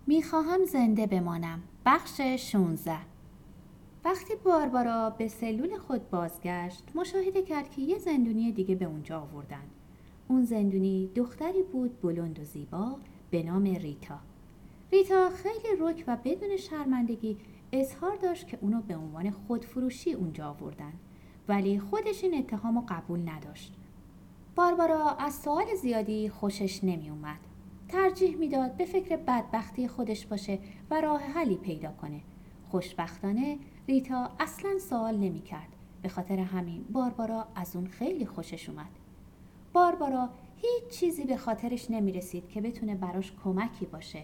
میخواهم زنده بمانم. بخش 16. وقتی باربارا به سلول خود بازگشت، مشاهده کرد که یه زندونی دیگه به اونجا آوردن. اون زندونی دختری بود بلند و زیبا به نام ریتا. ریتا خیلی رک و بدون شرمندگی اظهار داشت که اونو به عنوان خودفروشی اونجا آوردن، ولی خودش این اتهامو قبول نداشت. باربارا از سوال زیادی خوشش نمی اومد. ترجیح میداد به فکر بدبختی خودش باشه و راه حلی پیدا کنه. خوشبختانه ریتا اصلا سوال نمی کرد. به خاطر همین باربارا از اون خیلی خوشش اومد. باربارا هیچ چیزی به خاطرش نمی رسید که بتونه براش کمکی باشه.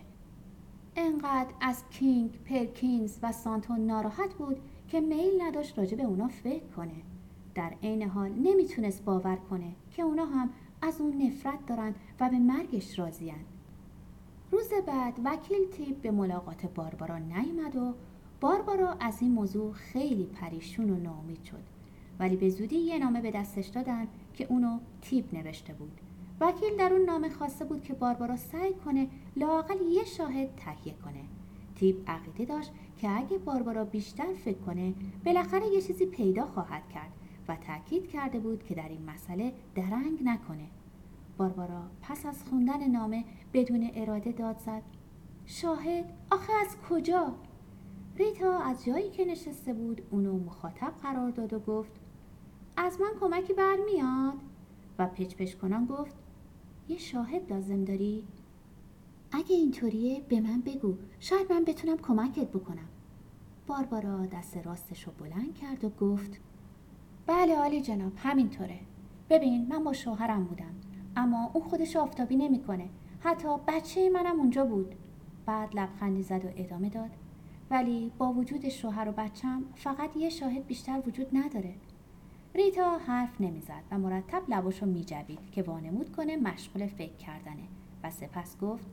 انقدر از کینگ، پرکینز و سانتون ناراحت بود که میل نداشت راجع به اونا فکر کنه. در عین حال نمیتونست باور کنه که اونا هم از اون نفرت دارن و به مرگش راضین. روز بعد وکیل تیپ به ملاقات باربارا نیامد و باربارا از این موضوع خیلی پریشون و ناامید شد. ولی به زودی یه نامه به دستش دادن که اونو تیپ نوشته بود. وکیل در اون نامه خواسته بود که باربارا سعی کنه لااقل یه شاهد تهیه کنه. تیپ عقیده داشت که اگه باربارا بیشتر فکر کنه بالاخره یه چیزی پیدا خواهد کرد و تأکید کرده بود که در این مسئله درنگ نکنه. باربارا پس از خوندن نامه بدون اراده داد زد: شاهد؟ آخه از کجا؟ ریتا از جایی که نشسته بود اونو مخاطب قرار داد و گفت: از من کمکی برمیاد؟ و پچ کنان گفت: یه شاهد لازم داری؟ اگه اینطوریه به من بگو، شاید من بتونم کمکت بکنم. باربارا دست راستش رو بلند کرد و گفت: بله عالی جناب، همینطوره. ببین، من با شوهرم بودم، اما اون خودش آفتابی نمیکنه. حتی بچه منم اونجا بود. بعد لبخندی زد و ادامه داد: ولی با وجود شوهر و بچم فقط یه شاهد بیشتر وجود نداره. ریتا حرف نمیزد و مرتب لباشو میجوید که وانمود کنه مشغول فکر کردنه و سپس گفت: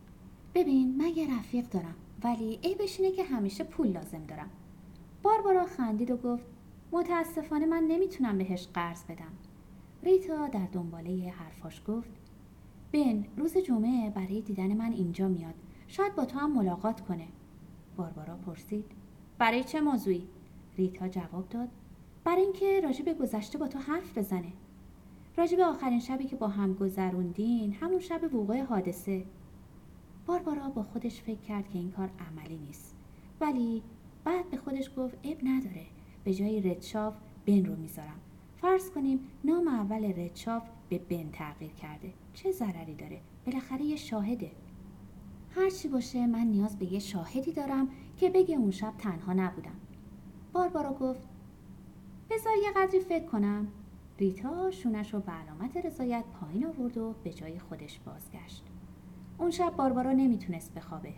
ببین، من یه رفیق دارم، ولی عیبش اینه که همیشه پول لازم دارم. باربارا خندید و گفت: متاسفانه من نمیتونم بهش قرض بدم. ریتا در دنباله حرفاش گفت: بن روز جمعه برای دیدن من اینجا میاد، شاید با تو هم ملاقات کنه. باربارا پرسید: برای چه موضوعی؟ ریتا جواب داد: برای اینکه راجع به گذشته با تو حرف بزنه. راجع به آخرین شبی که با هم گذروندین، همون شب وقوع حادثه. باربارا با خودش فکر کرد که این کار عملی نیست، ولی بعد به خودش گفت عیب نداره، به جای ردشاف بن رو میذارم. فرض کنیم نام اول ردشاف به بن تغییر کرده، چه ضرری داره؟ بالاخره یه شاهده. هرچی باشه من نیاز به یه شاهدی دارم که بگه اون شب تنها نبودم. باربارا گفت: بذار یه قدری فکر کنم. ریتا شونش رو به علامت رضایت پایین آورد و به جای خودش بازگشت. اون شب باربارا نمیتونست بخوابه.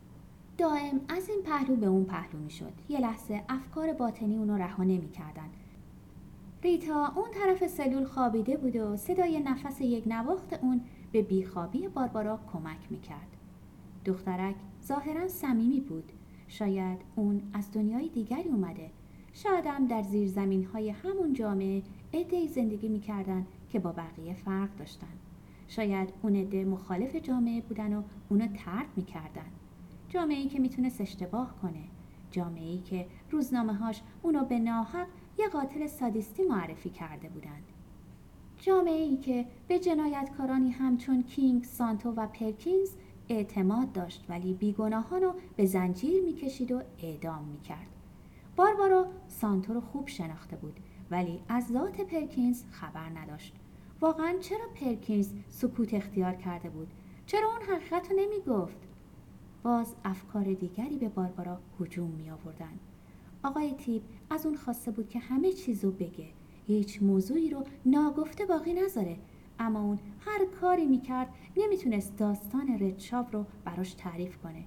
دائم از این پهلو به اون پهلو میشد. یه لحظه افکار باطنی اونو رها نمیکردن. ریتا اون طرف سلول خوابیده بود و صدای نفس یک نواخت اون به بیخوابی باربارا کمک میکرد. دخترک ظاهراً صمیمی بود. شاید اون از دنیای دیگری اومده. شاید هم در زیرزمین‌های همون جامعه عده‌ای زندگی میکردن که با بقیه فرق داشتن. شاید اون عده مخالف جامعه بودن و اونو طرد میکردن. جامعه‌ای که میتونست اشتباه کنه. جامعه‌ای که روزنامه‌هاش اونو به ناحق یه قاتل سادیستی معرفی کرده بودن. جامعه‌ای که به جنایتکارانی همچون کینگ، سانتو و پرکینز اعتماد داشت ولی بیگناهان رو به زنجیر میکشید و اعدام میکرد. باربارا سانتو رو خوب شناخته بود ولی از ذات پرکینز خبر نداشت. واقعاً چرا پرکینز سکوت اختیار کرده بود؟ چرا اون حقیقت رو نمیگفت؟ باز افکار دیگری به باربارا هجوم می آوردن. آقای تیپ از اون خواسته بود که همه چیزو بگه، هیچ موضوعی رو ناگفته باقی نذاره، اما اون هر کاری میکرد نمیتونست داستان ردشاف رو براش تعریف کنه.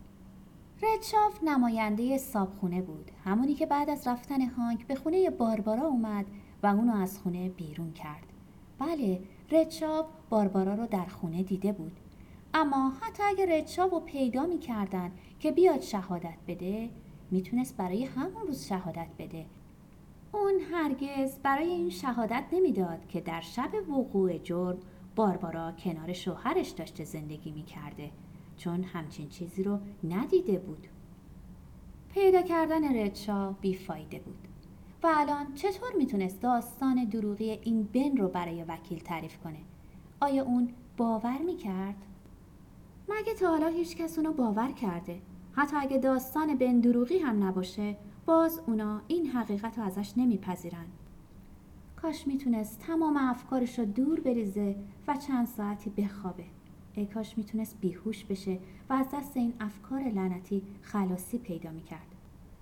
ردشاف نماینده صابخونه بود، همونی که بعد از رفتن هانک به خونه باربارا اومد و اونو از خونه بیرون کرد. بله، ردشاف باربارا رو در خونه دیده بود، اما حتی اگه ردشاف رو پیدا میکردن که بیاد شهادت بده، میتونست برای همون روز شهادت بده. اون هرگز برای این شهادت نمیداد که در شب وقوع جرم باربارا کنار شوهرش داشته زندگی میکرده. چون همچین چیزی رو ندیده بود. پیدا کردن ریچا بیفایده بود و الان چطور میتونست داستان دروغی این بن رو برای وکیل تعریف کنه؟ آیا اون باور میکرد؟ مگه تا حالا هیچ کس اونو باور کرده؟ حتی اگه داستان بن دروغی هم نباشه، باز اونا این حقیقت رو ازش نمیپذیرن. کاش میتونست تمام افکارش رو دور بریزه و چند ساعتی بخوابه. ای کاش میتونست بیهوش بشه و از دست این افکار لعنتی خلاصی پیدا میکرد.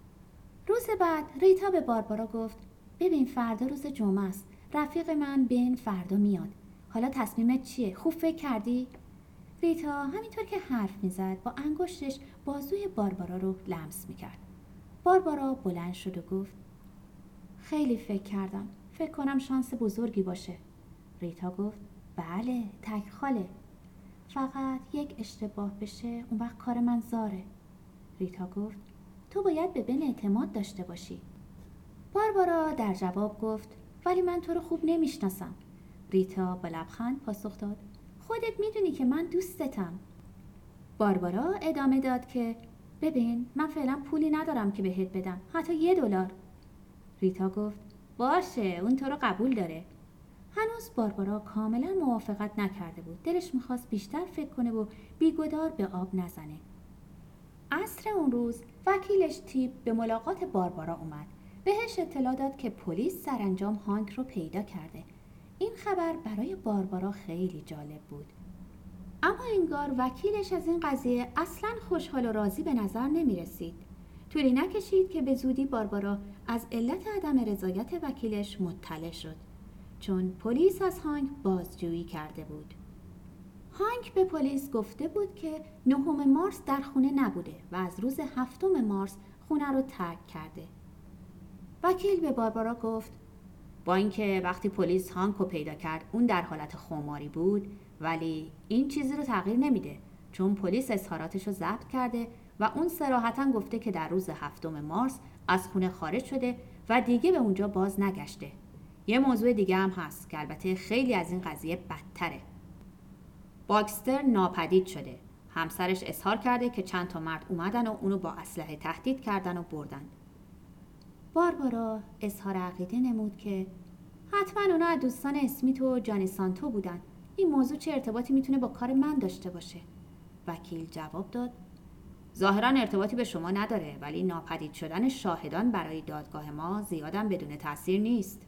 روز بعد ریتا به باربارا گفت ببین فردا روز جمعه است. رفیق من بن فردا میاد. حالا تصمیمت چیه؟ خوب فکر کردی؟ ریتا همینطور که حرف میزد با انگشتش بازوی باربارا رو لمس میکرد. باربارا بلند شد و گفت خیلی فکر کردم. فکر کنم شانس بزرگی باشه. ریتا گفت بله، تک خاله. فقط یک اشتباه بشه اون وقت کار من زاره. ریتا گفت تو باید به بن اعتماد داشته باشی. باربارا در جواب گفت ولی من تو رو خوب نمیشناسم. ریتا با لبخند پاسخ داد خودت میدونی که من دوستتم. باربارا ادامه داد که ببین من فعلا پولی ندارم که بهت بدم، حتی $1. ریتا گفت باشه، اون تو رو قبول داره. هنوز باربارا کاملا موافقت نکرده بود. دلش میخواست بیشتر فکر کنه و بیگدار به آب نزنه. عصر اون روز وکیلش تیپ به ملاقات باربارا اومد. بهش اطلاع داد که پلیس سرانجام هانک رو پیدا کرده. این خبر برای باربارا خیلی جالب بود. اما انگار وکیلش از این قضیه اصلاً خوشحال و راضی به نظر نمی رسید. طولی نکشید که به زودی باربارا از علت عدم رضایت وکیلش مطلع شد. چون پلیس از هانک بازجویی کرده بود. هانک به پلیس گفته بود که 9 مارس در خونه نبوده و از روز 7 مارس خونه رو ترک کرده. وکیل به باربارا گفت با اینکه وقتی پلیس هانک رو پیدا کرد اون در حالت خماری بود، ولی این چیزی رو تغییر نمیده، چون پلیس اظهاراتش رو ضبط کرده و اون صراحتاً گفته که در روز 7 مارس از خونه خارج شده و دیگه به اونجا باز نگشته. یه موضوع دیگه هم هست که البته خیلی از این قضیه بدتره. باکستر ناپدید شده. همسرش اظهار کرده که چند تا مرد اومدن و اونو با اسلحه تهدید کردن و بردن. باربارا اظهار عقیده نمود که حتما اونا از دوستان اسمیت و جانی سانتو بودن. این موضوع چه ارتباطی میتونه با کار من داشته باشه؟ وکیل جواب داد ظاهراً ارتباطی به شما نداره، ولی ناپدید شدن شاهدان برای دادگاه ما زیادم بدون تأثیر نیست.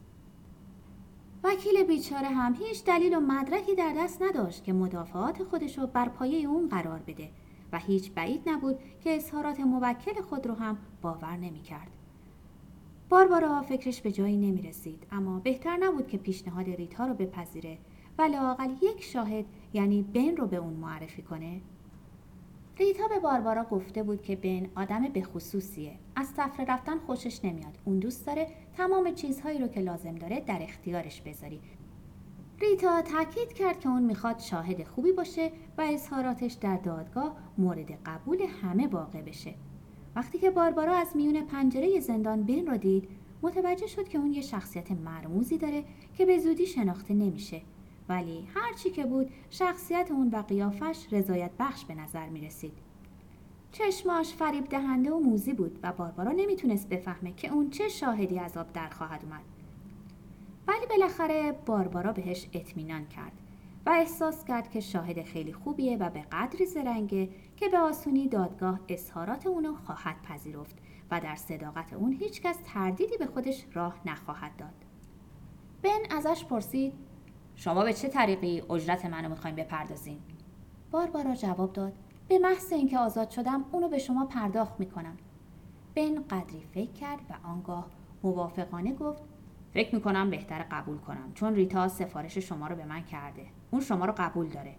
وکیل بیچاره هم هیچ دلیل و مدرکی در دست نداشت که مدافعات خودشو بر پایه اون قرار بده و هیچ بعید نبود که اظهارات موکل خود رو هم باور نمی‌کرد. باربارا فکرش به جایی نمی رسید، اما بهتر نبود که پیشنهاد ریتا رو بپذیره و لااقل یک شاهد یعنی بن رو به اون معرفی کنه. ریتا به باربارا گفته بود که بن آدم بخصوصیه. از تفره رفتن خوشش نمیاد. اون دوست داره تمام چیزهایی رو که لازم داره در اختیارش بذاری. ریتا تاکید کرد که اون میخواد شاهد خوبی باشه و اظهاراتش در دادگاه مورد قبول همه واقع بشه. وقتی که باربارا از میون پنجره زندان بن رو دید، متوجه شد که اون یه شخصیت مرموزی داره که به زودی شناخته نمیشه. ولی هرچی که بود شخصیت اون و قیافش رضایت بخش به نظر می رسید. چشماش فریب دهنده و موزی بود و باربارا نمیتونست بفهمه که اون چه شاهدی از آب در خواهد اومد. ولی بالاخره باربارا بهش اطمینان کرد و احساس کرد که شاهد خیلی خوبیه و به قدری زرنگه که به آسونی دادگاه اظهارات اونو خواهد پذیرفت و در صداقت اون هیچکس تردیدی به خودش راه نخواهد داد. بن ازش پرسید شما به چه طریقی اجرت منو میخواین بپردازین؟ باربارا جواب داد به محض اینکه آزاد شدم اونو به شما پرداخت میکنم. بن قدری فکر کرد و آنگاه موافقانه گفت فکر میکنم بهتر قبول کنم، چون ریتا سفارش شما رو به من کرده. اون شما رو قبول داره.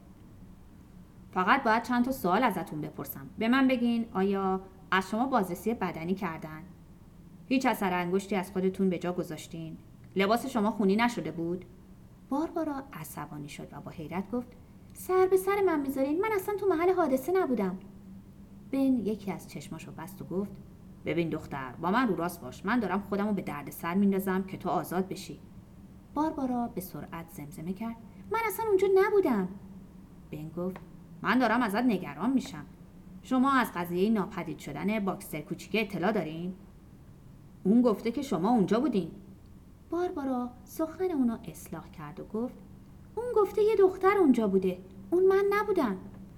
فقط باید چند تا سوال ازتون بپرسم. به من بگین آیا از شما بازرسی بدنی کردن؟ هیچ اثر انگشتی از خودتون به جا گذاشتین؟ لباس شما خونی نشده بود؟ باربارا عصبانی شد و با حیرت گفت سر به سر من میذارین، من اصلا تو محل حادثه نبودم. بن یکی از چشماشو بست و گفت ببین دختر، با من رو راست باش، من دارم خودمو به درد سر میندازم که تو آزاد بشی. باربارا به سرعت زمزمه کرد من اصلا اونجا نبودم. بن گفت من دارم ازت نگران میشم. شما از قضیه ناپدید شدن باکستر کوچیکه اطلاع دارین؟ اون گفته که شما اونجا بودین. باربارا سخن اونو اصلاح کرد و گفت اون گفته یه دختر اونجا بوده. اون من نبودم.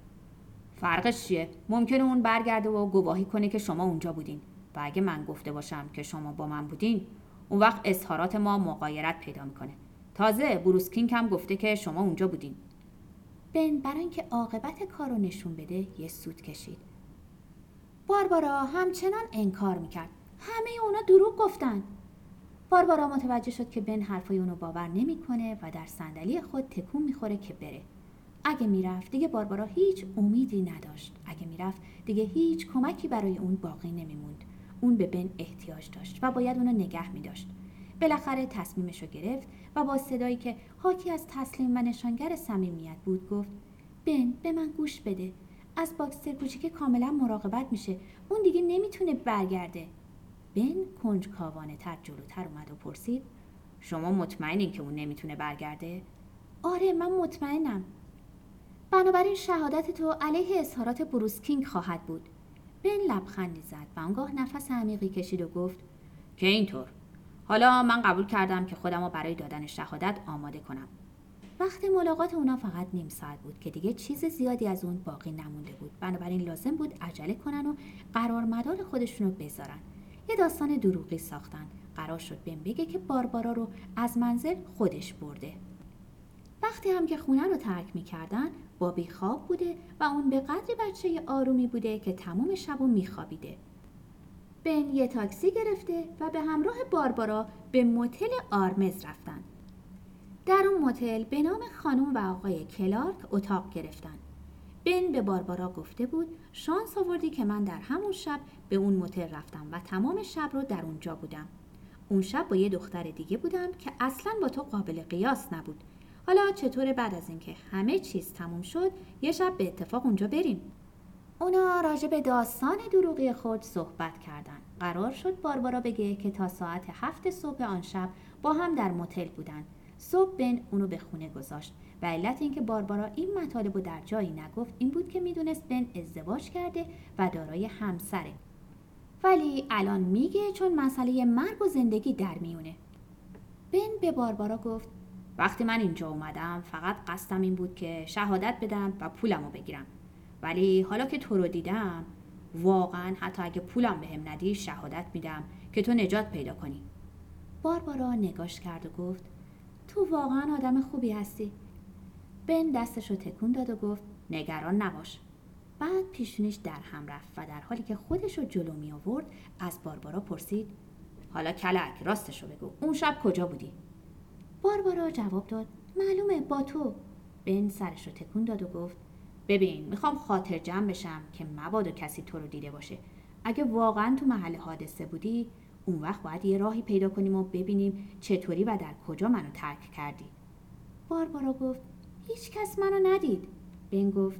فرقش چیه؟ ممکنه اون برگرده و گواهی کنه که شما اونجا بودین و اگه من گفته باشم که شما با من بودین، اون وقت اظهارات ما مغایرت پیدا میکنه. تازه بروس کینگ هم گفته که شما اونجا بودین. بن برای اینکه عاقبت کار رو نشون بده یه سود کشید. باربارا همچنان انکار میکرد. همه اونا دروغ گفتن. باربارا متوجه شد که بن حرفای اونو باور نمیکنه و در صندلی خود تکون میخوره که بره. اگه میرفت دیگه باربارا هیچ امیدی نداشت. اگه میرفت دیگه هیچ کمکی برای اون باقی نمیموند. اون به بن احتیاج داشت و باید اونو نگه میداشت. بالاخره تصمیمشو گرفت و با صدایی که حاکی از تسلیم و نشانگر صمیمیت بود گفت بن به من گوش بده. از باکستر کوچیک کاملا مراقبت میشه. اون دیگه نمیتونه برگرده. بن کنجکاوانه تر جلوتر اومد و پرسید شما مطمئنین که اون نمیتونه برگرده؟ آره من مطمئنم. بنابراین شهادت تو علیه اظهارات بروس کینگ خواهد بود. بن لبخندی زد و آنگاه نفس عمیقی کشید و گفت که اینطور. حالا من قبول کردم که خودم رو برای دادن شهادت آماده کنم. وقت ملاقات اونا فقط نیم ساعت بود که دیگه چیز زیادی از اون باقی نمونده بود. بنابراین لازم بود عجله کنن و قرار مدار خودشونو بذارن. یه داستان دروغی ساختن. قرار شد بن بگه که باربارا رو از منزل خودش برده. وقتی هم که خونه رو ترک می‌کردن، بابی خواب بوده و اون به قدری بچه آرومی بوده که تمام شبو میخوابیده. بن یه تاکسی گرفته و به همراه باربارا به موتل آرمز رفتن. در اون موتل به نام خانم و آقای کلارک اتاق گرفتن. بن به باربارا گفته بود شانس آوردی که من در همون شب به اون موتل رفتم و تمام شب رو در اونجا بودم. اون شب با یه دختر دیگه بودم که اصلاً با تو قابل قیاس نبود. حالا چطوره بعد از اینکه همه چیز تموم شد یه شب به اتفاق اونجا بریم؟ اونا راجع به داستان دروغی خود صحبت کردن. قرار شد باربارا بگه که تا ساعت 7 صبح آن شب با هم در موتل بودن. صبح بن اونو به خونه گذاشت و علت اینکه باربارا این مطالب رو در جایی نگفت این بود که میدونست بن ازدواج کرده و دارای همسره. ولی الان میگه چون مسئله مرگ و زندگی در میونه. بن به باربارا گفت وقتی من اینجا اومدم فقط قصدم این بود که شهادت بدم و پولمو بگیرم. ولی حالا که تو رو دیدم واقعا حتی اگه پولم بهم ندی شهادت میدم که تو نجات پیدا کنی. باربارا نگاش کرد و گفت تو واقعا آدم خوبی هستی. بن دستشو تکون داد و گفت نگران نباش. بعد پیشونیش در هم رفت و در حالی که خودشو جلو می آورد از باربارا پرسید حالا کلک راستشو بگو، اون شب کجا بودی؟ باربارا جواب داد معلومه با تو. بن سرشو تکون داد و گفت ببین میخوام خاطر جمع بشم که مبادا کسی تو رو دیده باشه. اگه واقعا تو محل حادثه بودی اون وقت باید یه راهی پیدا کنیم و ببینیم چطوری و در کجا منو ترک کردی. باربارا گفت هیچ کس منو ندید. بن گفت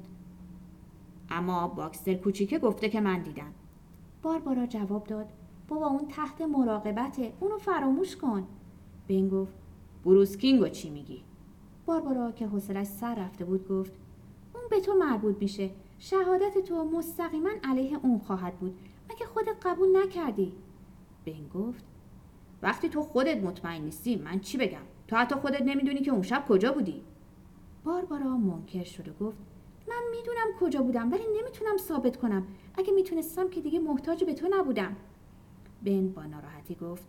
اما باکستر کوچیکه گفته که من دیدم. باربارا جواب داد بابا اون تحت مراقبته، اونو فراموش کن. بن گفت بروس کینگو چی میگی؟ باربارا که حوصله‌اش سر رفته بود گفت اون به تو مربوط میشه. شهادت تو مستقیما علیه اون خواهد بود اگه خودت قبول نکردی. بن گفت وقتی تو خودت مطمئن نیستی من چی بگم؟ تو حتی خودت نمیدونی که اون شب کجا بودی. باربارا منکر شد و گفت من میدونم کجا بودم ولی نمیتونم ثابت کنم. اگه میتونستم که دیگه محتاج به تو نبودم. بن با ناراحتی گفت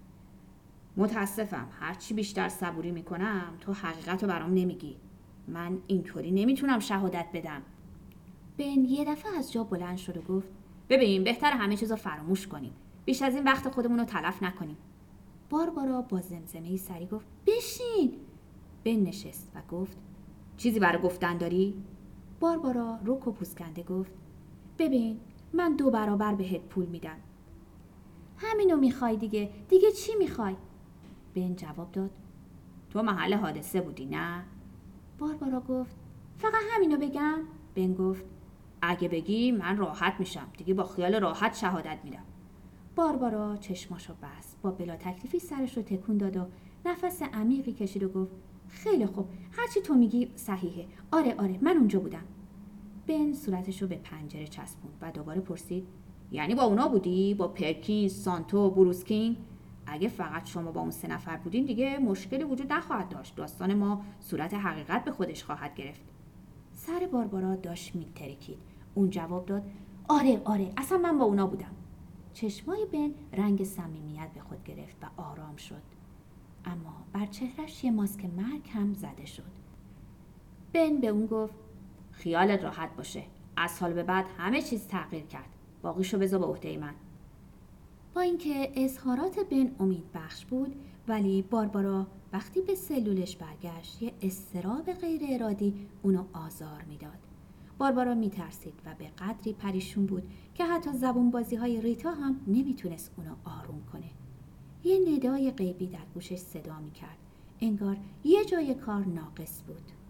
متاسفم، هرچی بیشتر صبوری میکنم تو حقیقت رو برام نمیگی. من اینطوری نمیتونم شهادت بدم. بن یه دفعه از جا بلند شد و گفت ببین بهتر همه چیزو فراموش کنیم. بیش از این وقت خودمون رو تلف نکنیم. باربارا با زمزمه‌ای سری گفت بشین. بن نشست و گفت چیزی برای گفتن داری؟ باربارا رک و پوزکنده گفت ببین من 2 برابر بهت پول میدم. همینو میخوای دیگه چی میخوای؟ بن جواب داد تو محل حادثه بودی نه؟ باربارا گفت فقط همینو بگم؟ بن گفت اگه بگی من راحت میشم، دیگه با خیال راحت شهادت میدم. باربارا چشماشو بست، با بلا تکلیفی سرش رو تکون داد و نفس عمیقی کشید و گفت خیلی خوب، هرچی تو میگی صحیحه. آره من اونجا بودم. بن صورتش رو به پنجره چسبوند و دوباره پرسید یعنی با اونا بودی؟ با پرکینز، سانتو، بروسکینگ؟ اگه فقط شما با اون 3 نفر بودین دیگه مشکلی وجود نخواهد داشت. داستان ما صورت حقیقت به خودش خواهد گرفت. سر باربارا داشت میترکید. اون جواب داد آره اصلا من با اونا بودم. چشمای بن رنگ صمیمیت به خود گرفت و آرام شد. اما بر چهرش یه ماسک مرگ هم زده شد. بن به اون گفت خیالت راحت باشه. از حال به بعد همه چیز تغییر کرد. باقیشو بذار به عهده من. با اینکه اظهارات بن امید بخش بود، ولی باربارا وقتی به سلولش برگشت یه اضطراب غیر ارادی اونو آزار میداد. باربارا میترسید و به قدری پریشون بود که حتی زبون بازی های ریتا هم نمیتونست اونو آروم کنه. یه ندای غیبی در گوشش صدا میکرد. انگار یه جای کار ناقص بود.